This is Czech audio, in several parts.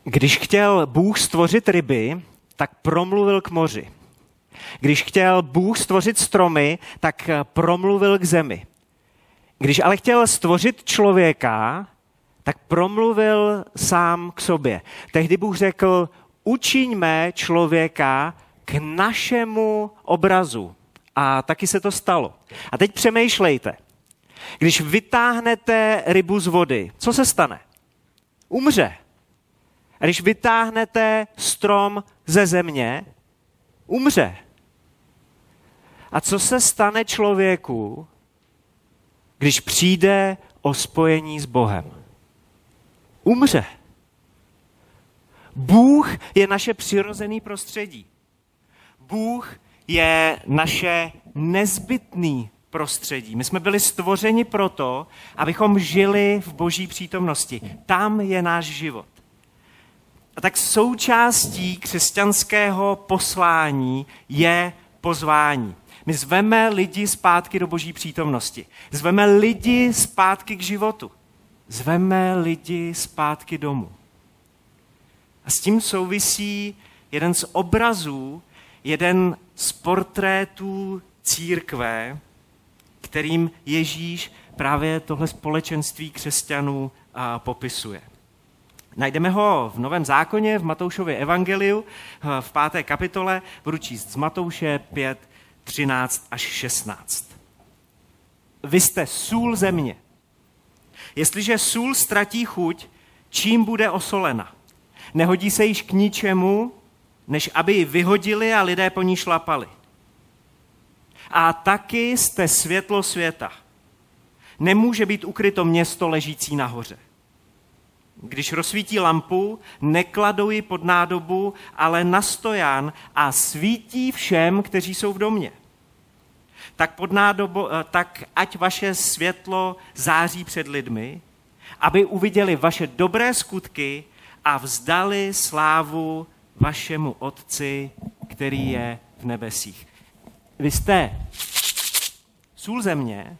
Když chtěl Bůh stvořit ryby, tak promluvil k moři. Když chtěl Bůh stvořit stromy, tak promluvil k zemi. Když ale chtěl stvořit člověka, tak promluvil sám k sobě. Tehdy Bůh řekl, učiňme člověka k našemu obrazu. A taky se to stalo. A teď přemýšlejte. Když vytáhnete rybu z vody, co se stane? Umře. A když vytáhnete strom ze země, umře. A co se stane člověku, když přijde o spojení s Bohem? Umře. Bůh je naše přirozené prostředí. Bůh je naše nezbytné prostředí. My jsme byli stvořeni proto, abychom žili v Boží přítomnosti. Tam je náš život. A tak součástí křesťanského poslání je pozvání. My zveme lidi zpátky do Boží přítomnosti. Zveme lidi zpátky k životu. Zveme lidi zpátky domů. A s tím souvisí jeden z obrazů, jeden z portrétů církve, kterým Ježíš právě tohle společenství křesťanů popisuje. Najdeme ho v Novém zákoně, v Matoušově evangeliu, v 5. kapitole, budu číst z Matouše 5, 13 až 16. Vy jste sůl země. Jestliže sůl ztratí chuť, čím bude osolena? Nehodí se již k ničemu, než aby ji vyhodili a lidé po ní šlapali. A taky jste světlo světa. Nemůže být ukryto město ležící nahoře. Když rozsvítí lampu, nekladou ji pod nádobu, ale na stojan a svítí všem, kteří jsou v domě. Tak ať vaše světlo září před lidmi, aby uviděli vaše dobré skutky a vzdali slávu vašemu Otci, který je v nebesích. Vy jste sůl země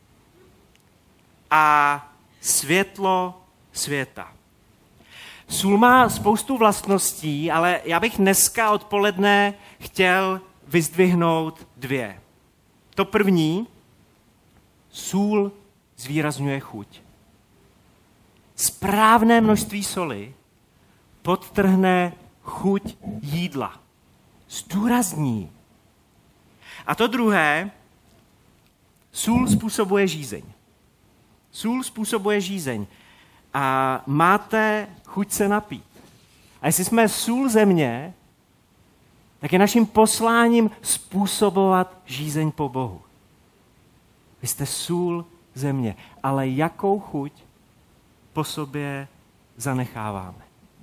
a světlo světa. Sůl má spoustu vlastností, ale já bych dneska odpoledne chtěl vyzdvihnout 2. To první, sůl zvýrazňuje chuť. Správné množství soli podtrhne chuť jídla. Zdůrazní. A to druhé, sůl způsobuje žízeň. Sůl způsobuje žízeň. A máte chuť se napít. A jestli jsme sůl země, tak je naším posláním způsobovat žízeň po Bohu. Vy jste sůl země, ale jakou chuť po sobě zanecháváme.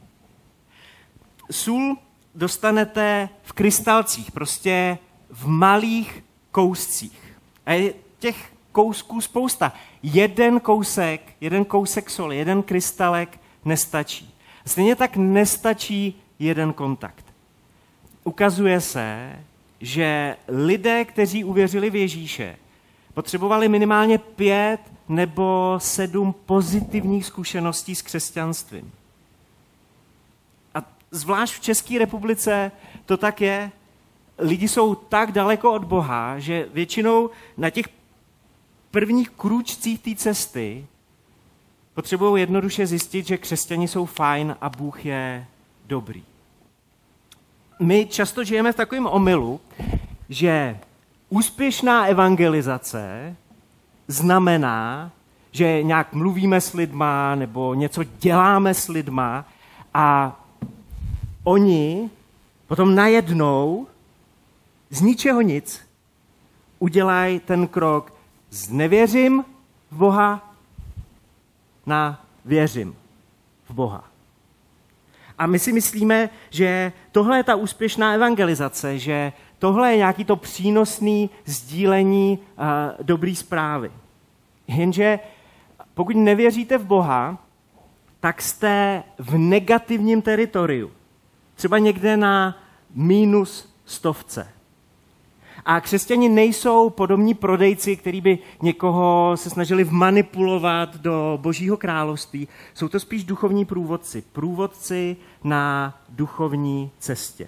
Sůl dostanete v krystalcích, prostě v malých kouscích. A je těch kousků spousta. Jeden kousek soli, jeden krystalek nestačí. Stejně tak nestačí jeden kontakt. Ukazuje se, že lidé, kteří uvěřili v Ježíše, potřebovali minimálně 5 nebo 7 pozitivních zkušeností s křesťanstvím. A zvlášť v České republice to tak je. Lidi jsou tak daleko od Boha, že většinou na těch prvních krůčcích té cesty potřebují jednoduše zjistit, že křesťani jsou fajn a Bůh je dobrý. My často žijeme v takovém omylu, že úspěšná evangelizace znamená, že nějak mluvíme s lidma nebo něco děláme s lidma a oni potom najednou z ničeho nic udělají ten krok z nevěřím v Boha na věřím v Boha. A my si myslíme, že tohle je ta úspěšná evangelizace, že tohle je nějaký to přínosný sdílení dobrý zprávy. Jenže pokud nevěříte v Boha, tak jste v negativním teritoriu. Třeba někde na -100. A křesťani nejsou podobní prodejci, kteří by někoho se snažili vmanipulovat do Božího království. Jsou to spíš duchovní průvodci. Průvodci na duchovní cestě.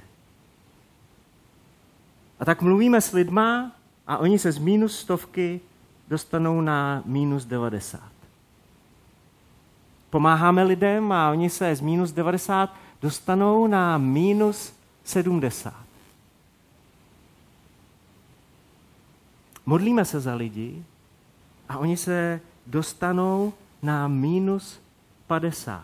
A tak mluvíme s lidma a oni se z -100 dostanou na -90. Pomáháme lidem a oni se z -90 dostanou na -70. Modlíme se za lidi a oni se dostanou na -50.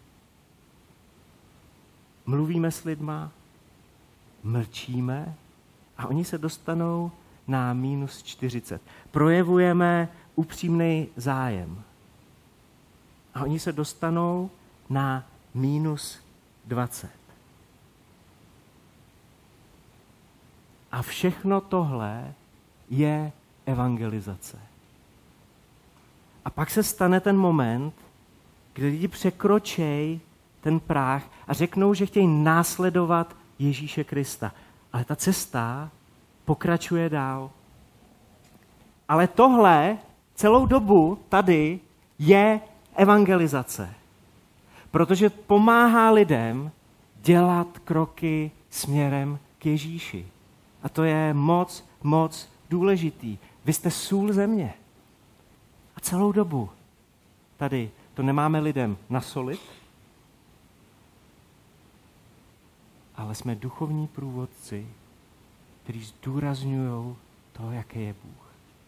Mluvíme s lidma, mlčíme a oni se dostanou na -40. Projevujeme upřímný zájem. A oni se dostanou na -20. A všechno tohle je evangelizace. A pak se stane ten moment, kdy lidi překročí ten práh a řeknou, že chtějí následovat Ježíše Krista. Ale ta cesta pokračuje dál. Ale tohle celou dobu tady je evangelizace. Protože pomáhá lidem dělat kroky směrem k Ježíši. A to je moc, moc důležitý. Vy jste sůl země. A celou dobu tady to nemáme lidem nasolit, ale jsme duchovní průvodci, kteří zdůrazňují to, jaký je Bůh.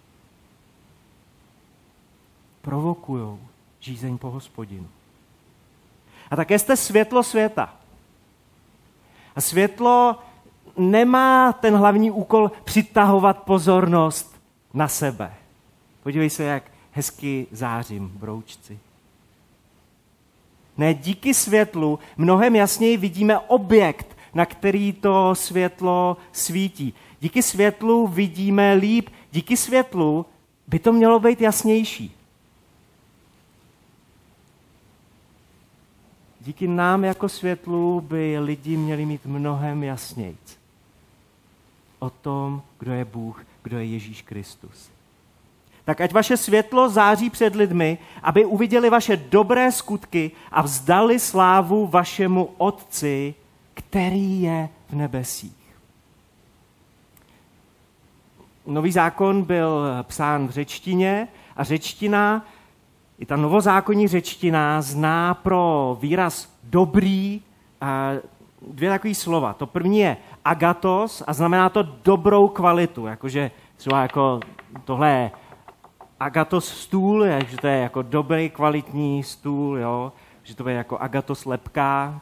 Provokujou žízeň po Hospodinu. A také jste světlo světa. A světlo nemá ten hlavní úkol přitahovat pozornost na sebe. Podívej se, jak hezky zářím, broučci. Ne, díky světlu mnohem jasněji vidíme objekt, na který to světlo svítí. Díky světlu vidíme líp. Díky světlu by to mělo být jasnější. Díky nám jako světlu by lidi měli mít mnohem jasnějc o tom, kdo je Bůh, kdo je Ježíš Kristus. Tak ať vaše světlo září před lidmi, aby uviděli vaše dobré skutky a vzdali slávu vašemu Otci, který je v nebesích. Nový zákon byl psán v řečtině a řečtina, i ta novozákonní řečtina, zná pro výraz dobrý dvě takové slova. To první je agatos a znamená to dobrou kvalitu, jakože třeba jako tohle je agatos stůl, že to je jako dobrý kvalitní stůl, jo? Že to je jako agatos lepka,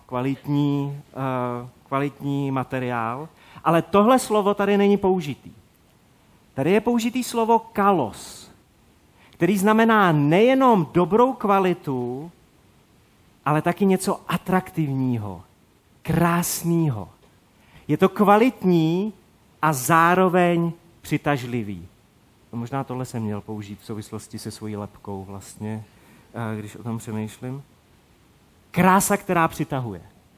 kvalitní materiál. Ale tohle slovo tady není použitý. Tady je použitý slovo kalos, který znamená nejenom dobrou kvalitu, ale taky něco atraktivního, krásného. Je to kvalitní a zároveň přitažlivý. Možná tohle jsem měl použít v souvislosti se svojí lepkou vlastně, když o tom přemýšlím. Krása, která přitahuje.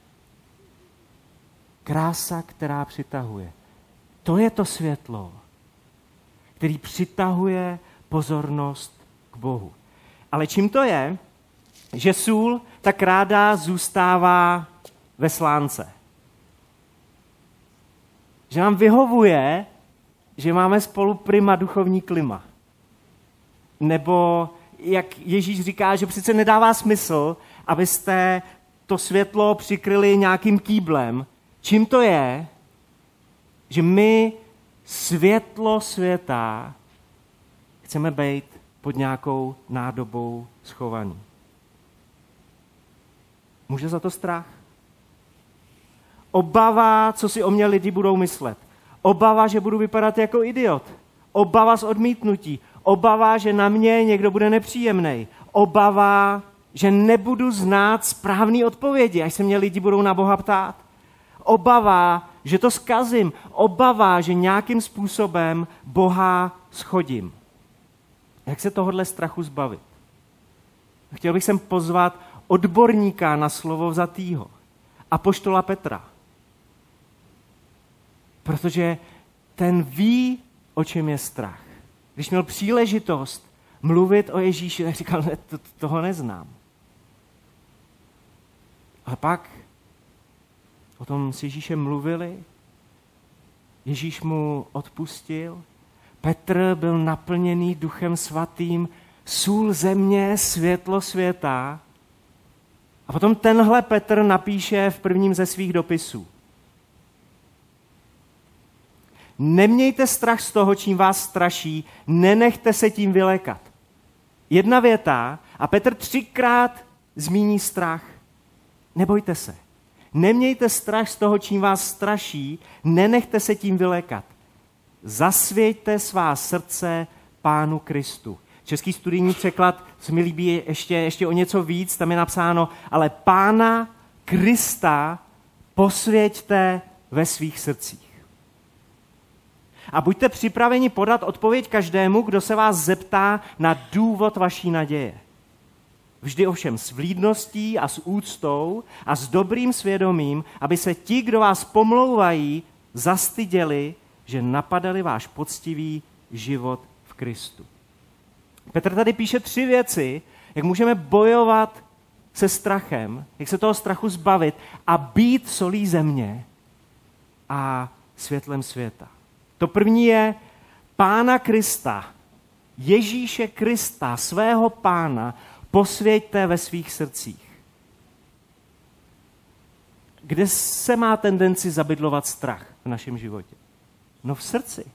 Krása, která přitahuje. To je to světlo, který přitahuje pozornost k Bohu. Ale čím to je, že sůl tak ráda zůstává ve slánce? Že nám vyhovuje, že máme spolu prima duchovní klima. Nebo jak Ježíš říká, že přece nedává smysl, abyste to světlo přikryli nějakým kýblem. Čím to je, že my světlo světa chceme být pod nějakou nádobou schovaný. Může za to strach? Obava, co si o mě lidi budou myslet. Obava, že budu vypadat jako idiot. Obava z odmítnutí. Obava, že na mě někdo bude nepříjemnej. Obava, že nebudu znát správné odpovědi, až se mě lidi budou na Boha ptát. Obava, že to zkazím. Obava, že nějakým způsobem Boha schodím. Jak se tohohle strachu zbavit? Chtěl bych sem pozvat odborníka na slovo vzatýho, apoštola Petra. Protože ten ví, o čem je strach. Když měl příležitost mluvit o Ježíši, tak říkal, ne, toho neznám. Ale pak o tom s Ježíšem mluvili, Ježíš mu odpustil, Petr byl naplněný Duchem Svatým, sůl země, světlo světa. A potom tenhle Petr napíše v prvním ze svých dopisů. Nemějte strach z toho, čím vás straší, nenechte se tím vylékat. Jedna věta a Petr 3krát zmíní strach. Nebojte se. Nemějte strach z toho, čím vás straší, nenechte se tím vylékat. Zasvěťte svá srdce Pánu Kristu. Český studijní překlad, co mi líbí ještě o něco víc, tam je napsáno, ale Pána Krista posvěťte ve svých srdcích. A buďte připraveni podat odpověď každému, kdo se vás zeptá na důvod vaší naděje. Vždy ovšem s vlídností a s úctou a s dobrým svědomím, aby se ti, kdo vás pomlouvají, zastyděli, že napadali váš poctivý život v Kristu. Petr tady píše 3 věci, jak můžeme bojovat se strachem, jak se toho strachu zbavit a být solí země a světlem světa. To první je Pána Krista, Ježíše Krista, svého Pána, posvěťte ve svých srdcích. Kde se má tendenci zabydlovat strach v našem životě? No v srdci.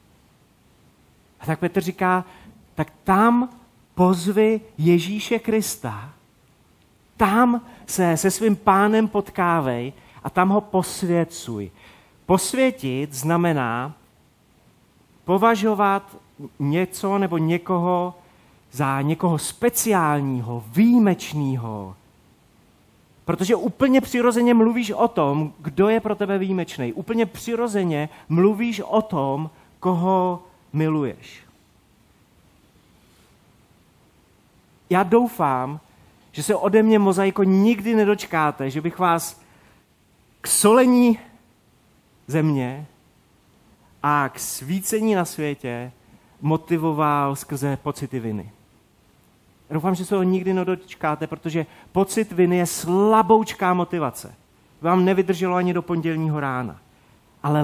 A tak Petr říká, tak tam pozvi Ježíše Krista, tam se svým Pánem potkávej a tam ho posvěcuj. Posvětit znamená považovat něco nebo někoho za někoho speciálního, výjimečného. Protože úplně přirozeně mluvíš o tom, kdo je pro tebe výjimečný. Úplně přirozeně mluvíš o tom, koho miluješ. Já doufám, že se ode mě, Mozaiko, nikdy nedočkáte, že bych vás k solení země a k svícení na světě motivoval skrze pocity viny. Doufám, že se ho nikdy nedočkáte, protože pocit viny je slaboučká motivace. Vám nevydrželo ani do pondělního rána. Ale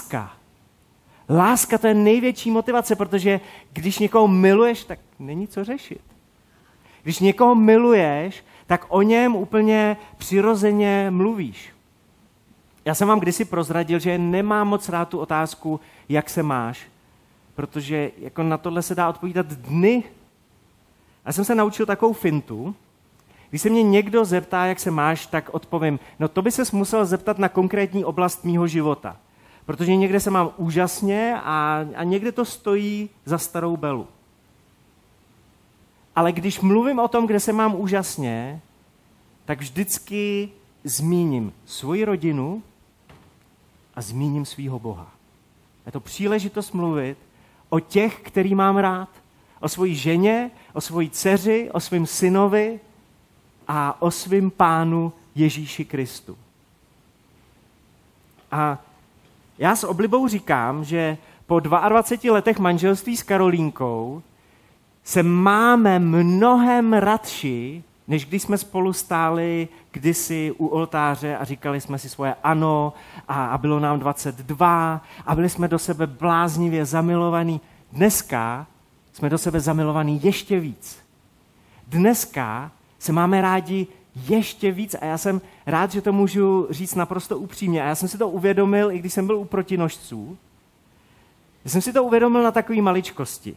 láska to je největší motivace, protože když někoho miluješ, tak není co řešit. Když někoho miluješ, tak o něm úplně přirozeně mluvíš. Já jsem vám kdysi prozradil, že nemám moc rád tu otázku, jak se máš, protože jako na tohle se dá odpovídat dny. Já jsem se naučil takovou fintu. Když se mě někdo zeptá, jak se máš, tak odpovím, no to by ses musel zeptat na konkrétní oblast mýho života. Protože někde se mám úžasně a někde to stojí za starou belu. Ale když mluvím o tom, kde se mám úžasně, tak vždycky zmíním svoji rodinu a zmíním svýho Boha. Je to příležitost mluvit o těch, který mám rád. O svojí ženě, o svojí dceři, o svém synovi a o svém Pánu Ježíši Kristu. A já s oblibou říkám, že po 22 letech manželství s Karolínkou se máme mnohem radši, než když jsme spolu stáli kdysi u oltáře a říkali jsme si svoje ano a bylo nám 22 a byli jsme do sebe bláznivě zamilovaní. Dneska jsme do sebe zamilovaní ještě víc. Dneska se máme rádi ještě víc a já jsem rád, že to můžu říct naprosto upřímně. A já jsem si to uvědomil, i když jsem byl u protinožců. Já jsem si to uvědomil na takové maličkosti.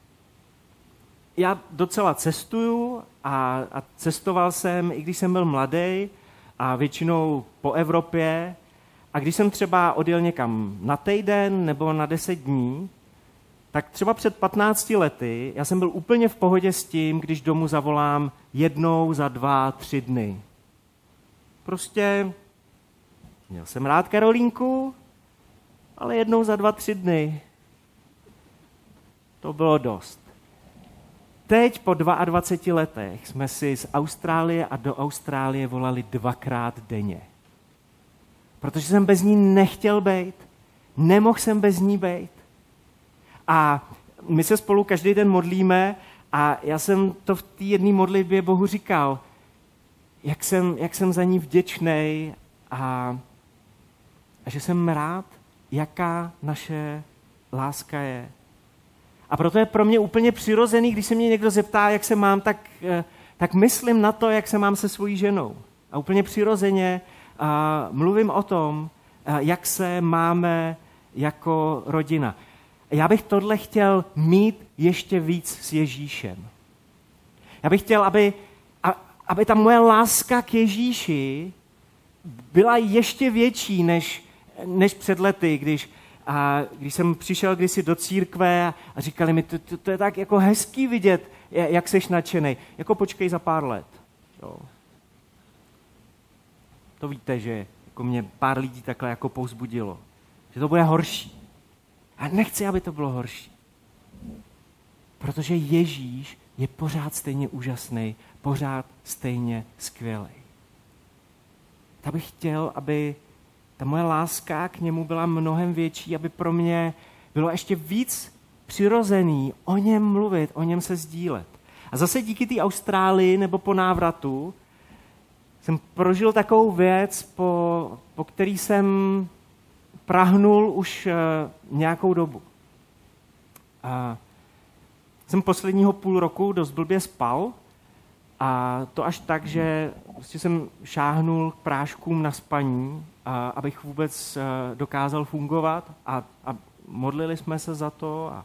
Já docela cestuju a cestoval jsem, i když jsem byl mladý a většinou po Evropě. A když jsem třeba odjel někam na týden nebo na 10 dní, tak třeba před 15 lety já jsem byl úplně v pohodě s tím, když domů zavolám jednou za 2-3 dny. Prostě měl jsem rád Karolínku, ale jednou za 2-3 dny to bylo dost. Teď po 22 letech jsme si z Austrálie a do Austrálie volali 2krát denně. Protože jsem bez ní nechtěl být. Nemohl jsem bez ní být. A my se spolu každý den modlíme a já jsem to v té jedné modlitbě Bohu říkal, jak jsem za ní vděčnej a že jsem rád, jaká naše láska je. A proto je pro mě úplně přirozený, když se mě někdo zeptá, jak se mám, tak myslím na to, jak se mám se svojí ženou. A úplně přirozeně mluvím o tom, jak se máme jako rodina. Já bych tohle chtěl mít ještě víc s Ježíšem. Já bych chtěl, aby ta moje láska k Ježíši byla ještě větší než před lety, když jsem přišel kdysi do církve a říkali mi, to je tak jako hezký vidět, jak seš nadšenej. Jako počkej za pár let. Jo. To víte, že jako mě pár lidí takhle jako povzbudilo. Že to bude horší. A nechci, aby to bylo horší. Protože Ježíš je pořád stejně úžasný, pořád stejně skvělý. Tak bych chtěl, aby ta moje láska k němu byla mnohem větší, aby pro mě bylo ještě víc přirozený o něm mluvit, o něm se sdílet. A zase díky té Austrálii nebo po návratu jsem prožil takovou věc, po který jsem prahnul už nějakou dobu. A jsem posledního půl roku dost blbě spal a to až tak, že prostě jsem šáhnul k práškům na spaní, abych vůbec dokázal fungovat a modlili jsme se za to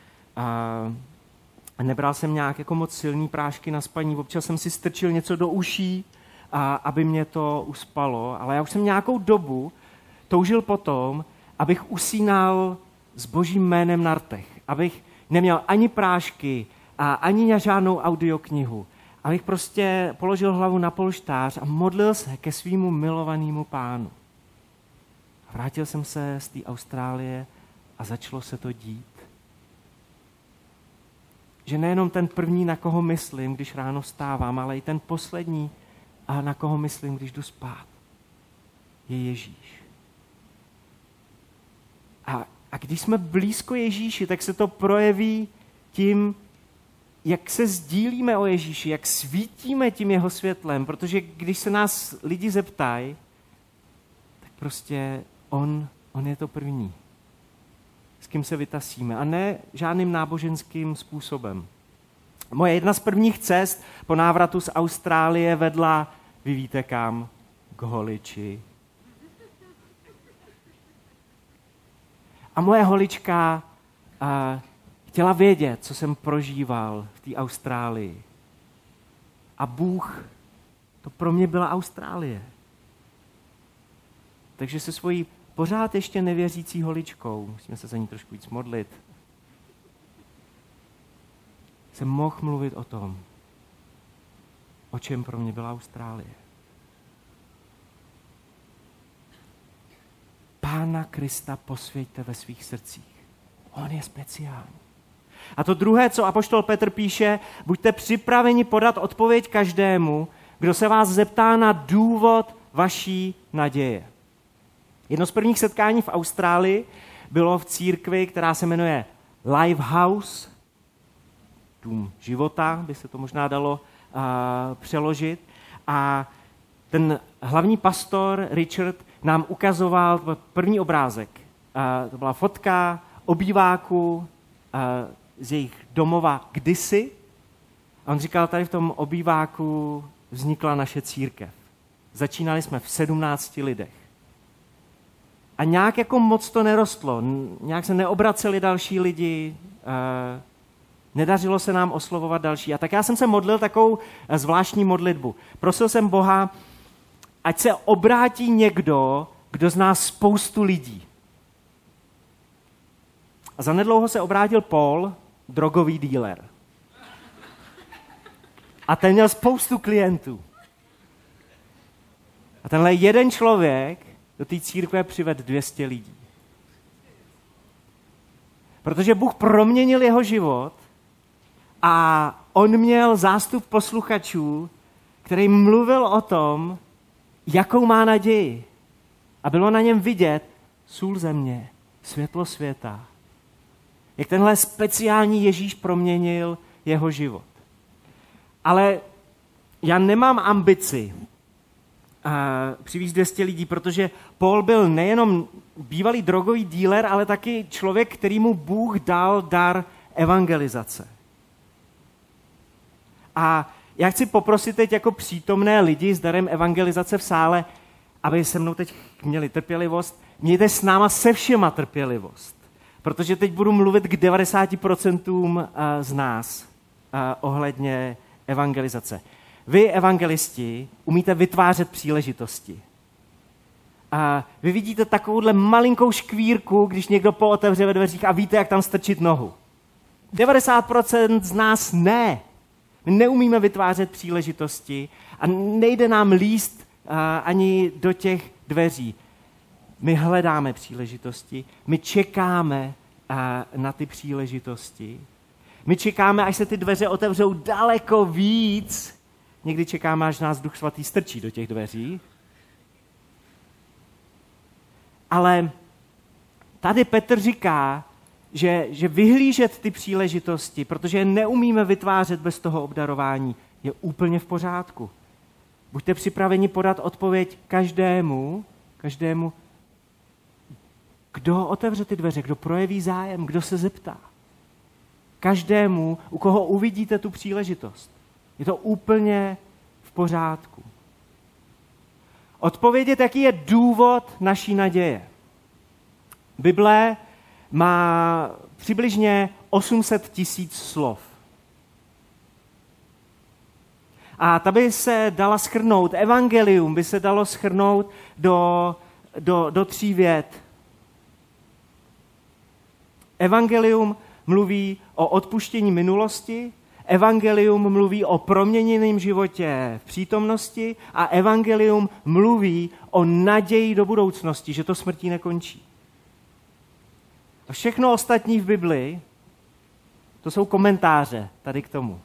a nebral jsem nějak jako moc silný prášky na spaní. Občas jsem si strčil něco do uší, aby mě to uspalo, ale já už jsem nějakou dobu toužil potom, abych usínal s Božím jménem na rtech, abych neměl ani prášky a ani žádnou audioknihu, abych prostě položil hlavu na polštář a modlil se ke svýmu milovanému Pánu. A vrátil jsem se z té Austrálie a začalo se to dít. Že nejenom ten první, na koho myslím, když ráno vstávám, ale i ten poslední, a na koho myslím, když jdu spát, je Ježíš. A když jsme blízko Ježíši, tak se to projeví tím, jak se sdílíme o Ježíši, jak svítíme tím jeho světlem, protože když se nás lidi zeptají, tak prostě on je to první, s kým se vytasíme a ne žádným náboženským způsobem. Moje jedna z prvních cest po návratu z Austrálie vedla, vy víte kam, k holiči. A moje holička chtěla vědět, co jsem prožíval v té Austrálii. A Bůh, to pro mě byla Austrálie. Takže se svojí pořád ještě nevěřící holičkou, musíme se za ní trošku víc modlit, jsem mohl mluvit o tom, o čem pro mě byla Austrálie. Pána Krista posvěťte ve svých srdcích. On je speciální. A to druhé, co apoštol Petr píše, buďte připraveni podat odpověď každému, kdo se vás zeptá na důvod vaší naděje. Jedno z prvních setkání v Austrálii bylo v církvi, která se jmenuje Lifehouse, dům života, by se to možná dalo přeložit. A ten hlavní pastor Richard nám ukazoval první obrázek. To byla fotka obýváku z jejich domova kdysi. A on říkal, tady v tom obýváku vznikla naše církev. Začínali jsme v 17 lidech. A nějak jako moc to nerostlo. Nějak se neobraceli další lidi, nedařilo se nám oslovovat další. A tak já jsem se modlil takovou zvláštní modlitbu. Prosil jsem Boha, ať se obrátí někdo, kdo zná spoustu lidí. A zanedlouho se obrátil Paul, drogový dealer. A ten měl spoustu klientů. A tenhle jeden člověk do té církve přivedl 200 lidí. Protože Bůh proměnil jeho život a on měl zástup posluchačů, který mluvil o tom, jakou má naději. A bylo na něm vidět sůl země, světlo světa. Jak tenhle speciální Ježíš proměnil jeho život. Ale já nemám ambici přivést 200 lidí, protože Paul byl nejenom bývalý drogový díler, ale taky člověk, kterýmu Bůh dal dar evangelizace. A já chci poprosit teď jako přítomné lidi s darem evangelizace v sále, aby se mnou teď měli trpělivost. Mějte s náma se všema trpělivost, protože teď budu mluvit k 90% z nás ohledně evangelizace. Vy, evangelisti, umíte vytvářet příležitosti. A vy vidíte takovouhle malinkou škvírku, když někdo pootevře ve dveřích a víte, jak tam strčit nohu. 90% z nás ne. My neumíme vytvářet příležitosti a nejde nám líst ani do těch dveří. My hledáme příležitosti, my čekáme na ty příležitosti. My čekáme, až se ty dveře otevřou daleko víc. Někdy čekáme, až nás Duch Svatý strčí do těch dveří. Ale tady Petr říká, že vyhlížet ty příležitosti, protože je neumíme vytvářet bez toho obdarování, je úplně v pořádku. Buďte připraveni podat odpověď každému, kdo otevře ty dveře, kdo projeví zájem, kdo se zeptá. Každému, u koho uvidíte tu příležitost. Je to úplně v pořádku. Odpovědět, jaký je důvod naší naděje. Bible má přibližně 800 000 slov. A ta by se dala shrnout, evangelium by se dalo shrnout do 3 vět. Evangelium mluví o odpuštění minulosti, evangelium mluví o proměněném životě v přítomnosti a evangelium mluví o naději do budoucnosti, že to smrtí nekončí. A všechno ostatní v Bibli, to jsou komentáře tady k tomu.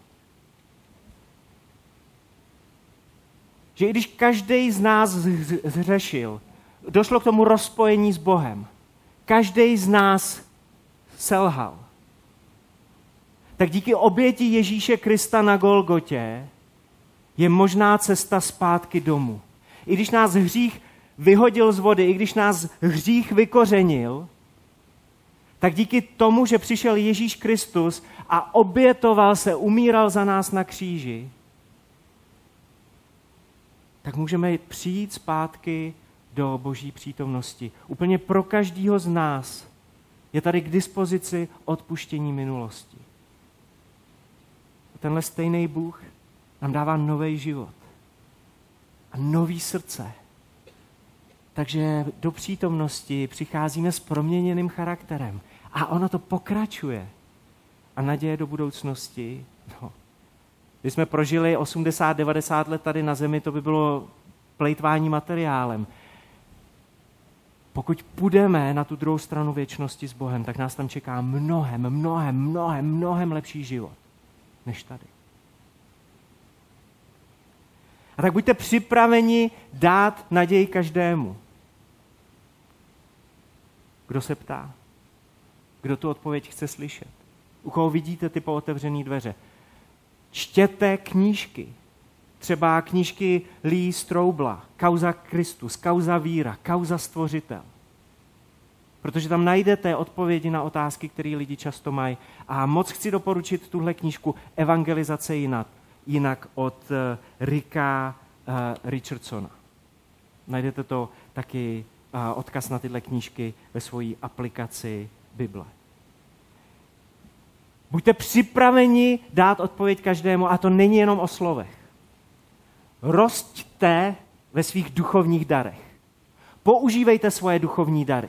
Že i když každý z nás zhřešil, došlo k tomu rozpojení s Bohem, každý z nás selhal, tak díky oběti Ježíše Krista na Golgotě je možná cesta zpátky domů. I když nás hřích vyhodil z vody, i když nás hřích vykořenil, tak díky tomu, že přišel Ježíš Kristus a obětoval se, umíral za nás na kříži, tak můžeme přijít zpátky do Boží přítomnosti. Úplně pro každého z nás je tady k dispozici odpuštění minulosti. Tenhle stejný Bůh nám dává nový život a nový srdce. Takže do přítomnosti přicházíme s proměněným charakterem. A ono to pokračuje. A naděje do budoucnosti, když jsme prožili 80-90 let tady na zemi, to by bylo plejtvání materiálem. Pokud půjdeme na tu druhou stranu věčnosti s Bohem, tak nás tam čeká mnohem lepší život, než tady. A tak buďte připraveni dát naději každému. Kdo se ptá? Kdo tu odpověď chce slyšet? U koho vidíte ty pootevřené dveře? Čtěte knížky. Třeba knížky Lee Strobla, Kauza Kristus, Kauza víra, Kauza stvořitel. Protože tam najdete odpovědi na otázky, které lidi často mají. A moc chci doporučit tuhle knížku Evangelizace jinak od Ricka Richardsona. Najdete to taky odkaz na tyhle knížky ve své aplikaci Bible. Buďte připraveni dát odpověď každému, a to není jenom o slovech. Rosťte ve svých duchovních darech. Používejte svoje duchovní dary.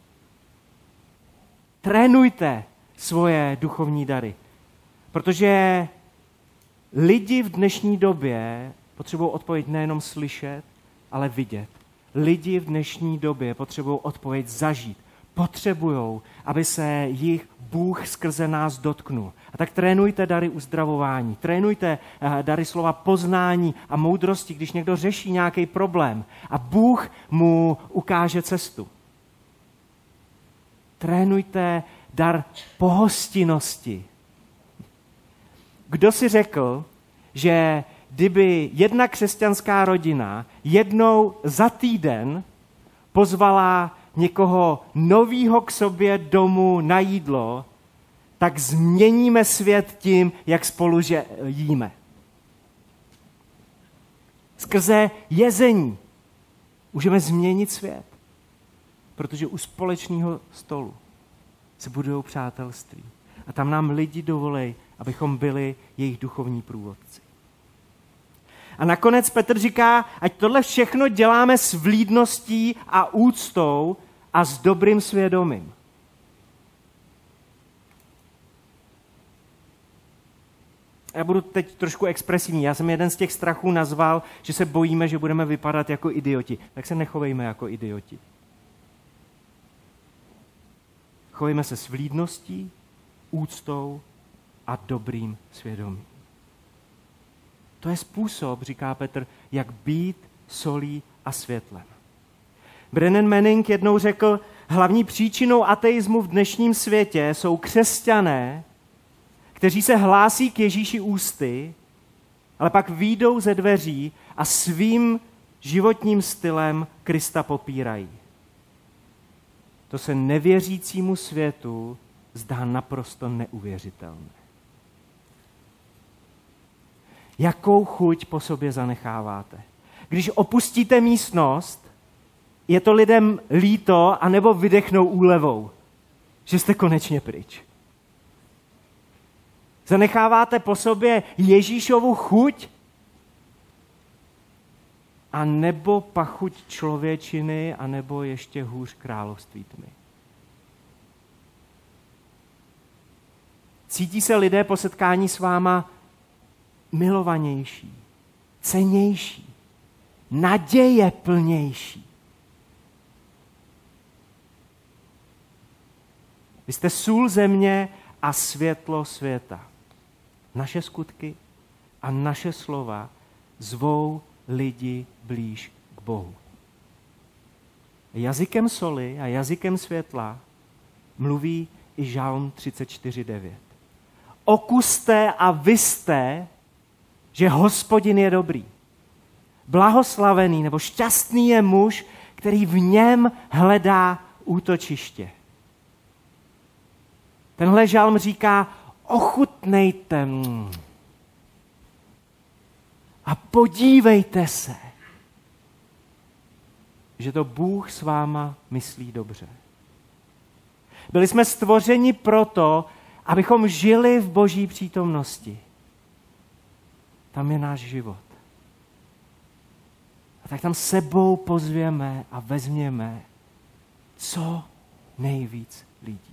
Trénujte svoje duchovní dary. Protože lidi v dnešní době potřebují odpověď nejenom slyšet, ale vidět. Lidi v dnešní době potřebují odpověď zažít. Potřebují, aby se jich Bůh skrze nás dotknul. A tak trénujte dary uzdravování, trénujte dary slova poznání a moudrosti, když někdo řeší nějaký problém a Bůh mu ukáže cestu. Trénujte dar pohostinnosti. Kdo si řekl, že kdyby jedna křesťanská rodina jednou za týden pozvala někoho novýho k sobě domů na jídlo, tak změníme svět tím, jak spolu jíme. Skrze jezení můžeme změnit svět, protože u společného stolu se budují přátelství. A tam nám lidi dovolej, abychom byli jejich duchovní průvodci. A nakonec Petr říká, ať tohle všechno děláme s vlídností a úctou a s dobrým svědomím. Já budu teď trošku expresivní. Já jsem jeden z těch strachů nazval, že se bojíme, že budeme vypadat jako idioti. Tak se nechovejme jako idioti. Chovejme se s vlídností, úctou a dobrým svědomím. To je způsob, říká Petr, jak být solí a světlem. Brennan Manning jednou řekl, hlavní příčinou ateismu v dnešním světě jsou křesťané, kteří se hlásí k Ježíši ústy, ale pak vyjdou ze dveří a svým životním stylem Krista popírají. To se nevěřícímu světu zdá naprosto neuvěřitelné. Jakou chuť po sobě zanecháváte? Když opustíte místnost, je to lidem líto, anebo vydechnou úlevou, že jste konečně pryč. Zanecháváte po sobě Ježíšovu chuť, a nebo pachuť člověčiny, a nebo ještě hůř království tmy. Cítí se lidé po setkání s váma milovanější, cennější, naděje plnější. Vy jste sůl země a světlo světa. Naše skutky a naše slova zvou lidi blíž k Bohu. Jazykem soli a jazykem světla mluví i Žalm 34:9. Okuste a vyzte, že Hospodin je dobrý. Blahoslavený nebo šťastný je muž, který v něm hledá útočiště. Tenhle žalm říká, ochutnejte a podívejte se, že to Bůh s váma myslí dobře. Byli jsme stvořeni proto, abychom žili v Boží přítomnosti. Tam je náš život. A tak tam sebou pozvěme a vezměme co nejvíc lidí.